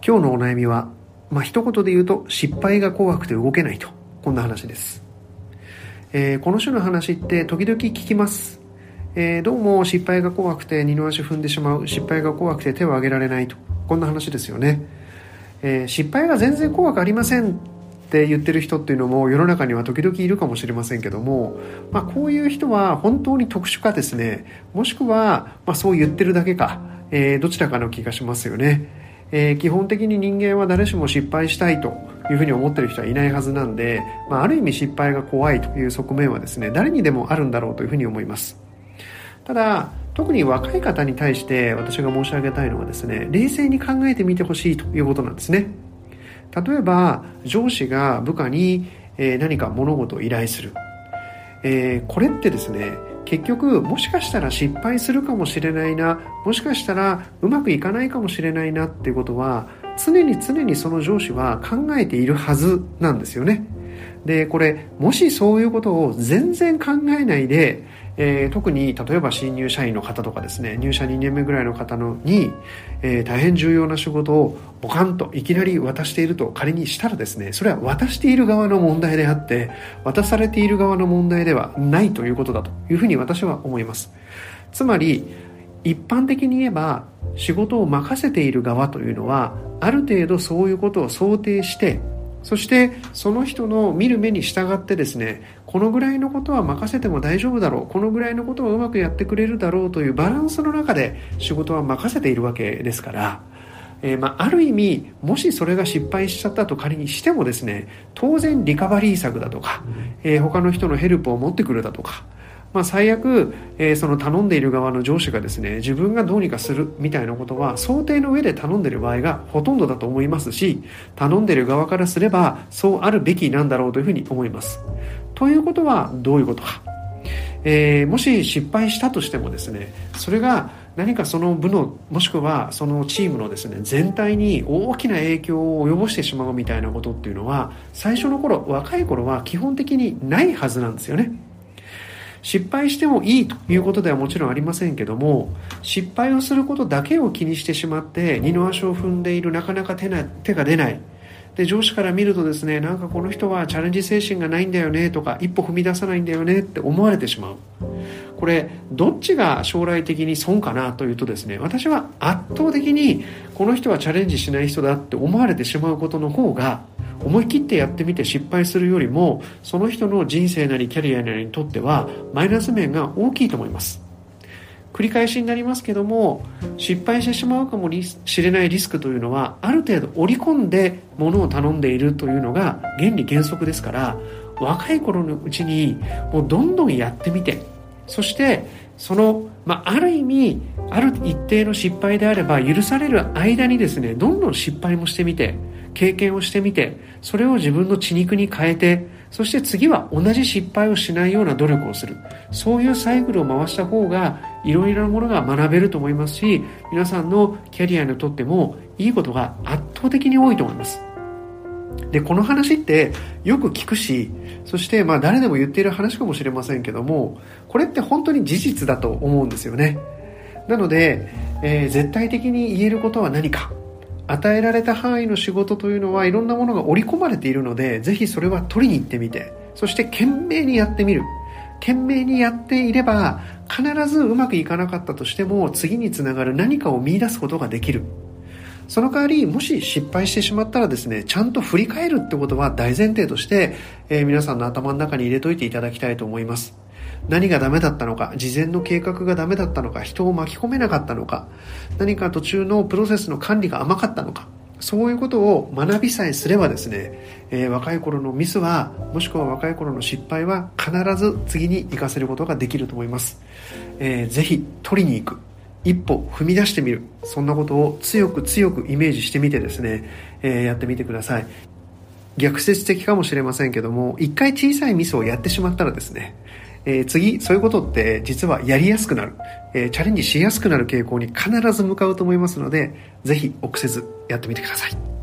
今日のお悩みは、一言で言うと失敗が怖くて動けないと、こんな話です。この種の話って時々聞きます。どうも失敗が怖くて二の足踏んでしまう、失敗が怖くて手を挙げられないと、こんな話ですよね。失敗が全然怖くありませんって言ってる人っていうのも世の中には時々いるかもしれませんけども、こういう人は本当に特殊かですね、もしくは、そう言ってるだけか、どちらかの気がしますよね。基本的に人間は誰しも失敗したいというふうに思っている人はいないはずなんで、ある意味失敗が怖いという側面はですね、誰にでもあるんだろうというふうに思います。ただ特に若い方に対して私が申し上げたいのはですね、冷静に考えてみてほしいということなんですね。例えば上司が部下に何か物事を依頼する、これってですね、結局もしかしたら失敗するかもしれないな、もしかしたらうまくいかないかもしれないなっていうことは常にその上司は考えているはずなんですよね。でこれもしそういうことを全然考えないで、特に例えば新入社員の方とかですね、入社2年目ぐらいの方に、大変重要な仕事をボカンといきなり渡していると仮にしたらですね、それは渡している側の問題であって渡されている側の問題ではないということだというふうに私は思います。つまり一般的に言えば仕事を任せている側というのはある程度そういうことを想定して、そしてその人の見る目に従ってですね、このぐらいのことは任せても大丈夫だろう、このぐらいのことはうまくやってくれるだろうというバランスの中で仕事は任せているわけですから、ある意味もしそれが失敗しちゃったと仮にしてもですね、当然リカバリー策だとか、他の人のヘルプを持ってくるだとか、最悪、その頼んでいる側の上司がですね、自分がどうにかするみたいなことは想定の上で頼んでいる場合がほとんどだと思いますし、頼んでいる側からすればそうあるべきなんだろうというふうに思います。ということはどういうことか、もし失敗したとしてもですね、それが何かその部のもしくはそのチームのですね全体に大きな影響を及ぼしてしまうみたいなことっていうのは最初の頃、若い頃は基本的にないはずなんですよね。失敗してもいいということではもちろんありませんけども、失敗をすることだけを気にしてしまって二の足を踏んでいる、なかなか手が出ない。で上司から見るとですね、なんかこの人はチャレンジ精神がないんだよねとか、一歩踏み出さないんだよねって思われてしまう。これどっちが将来的に損かなというとですね、私は圧倒的にこの人はチャレンジしない人だって思われてしまうことの方が、思い切ってやってみて失敗するよりもその人の人生なりキャリアなりにとってはマイナス面が大きいと思います。繰り返しになりますけども、失敗してしまうかもしれないリスクというのはある程度織り込んで物を頼んでいるというのが原理原則ですから、若い頃のうちにもうどんどんやってみて、そしてその、ある意味ある一定の失敗であれば許される間にですね、どんどん失敗もしてみて経験をしてみて、それを自分の血肉に変えて、そして次は同じ失敗をしないような努力をする、そういうサイクルを回した方がいろいろなものが学べると思いますし、皆さんのキャリアにとってもいいことが圧倒的に多いと思います。でこの話ってよく聞くし、そして誰でも言っている話かもしれませんけども、これって本当に事実だと思うんですよね。なので、絶対的に言えることは何か、与えられた範囲の仕事というのはいろんなものが織り込まれているので、ぜひそれは取りに行ってみて、そして懸命にやってみる。懸命にやっていれば必ずうまくいかなかったとしても次につながる何かを見出すことができる。その代わりもし失敗してしまったらですね、ちゃんと振り返るってことは大前提として、皆さんの頭の中に入れといていただきたいと思います。何がダメだったのか、事前の計画がダメだったのか、人を巻き込めなかったのか、何か途中のプロセスの管理が甘かったのか、そういうことを学びさえすればですね、若い頃のミスはもしくは若い頃の失敗は必ず次に活かせることができると思います。ぜひ取りに行く、一歩踏み出してみる、そんなことを強くイメージしてみてですね、やってみてください。逆説的かもしれませんけども、一回小さいミスをやってしまったらですね、次そういうことって実はやりやすくなる、チャレンジしやすくなる傾向に必ず向かうと思いますので、ぜひ臆せずやってみてください。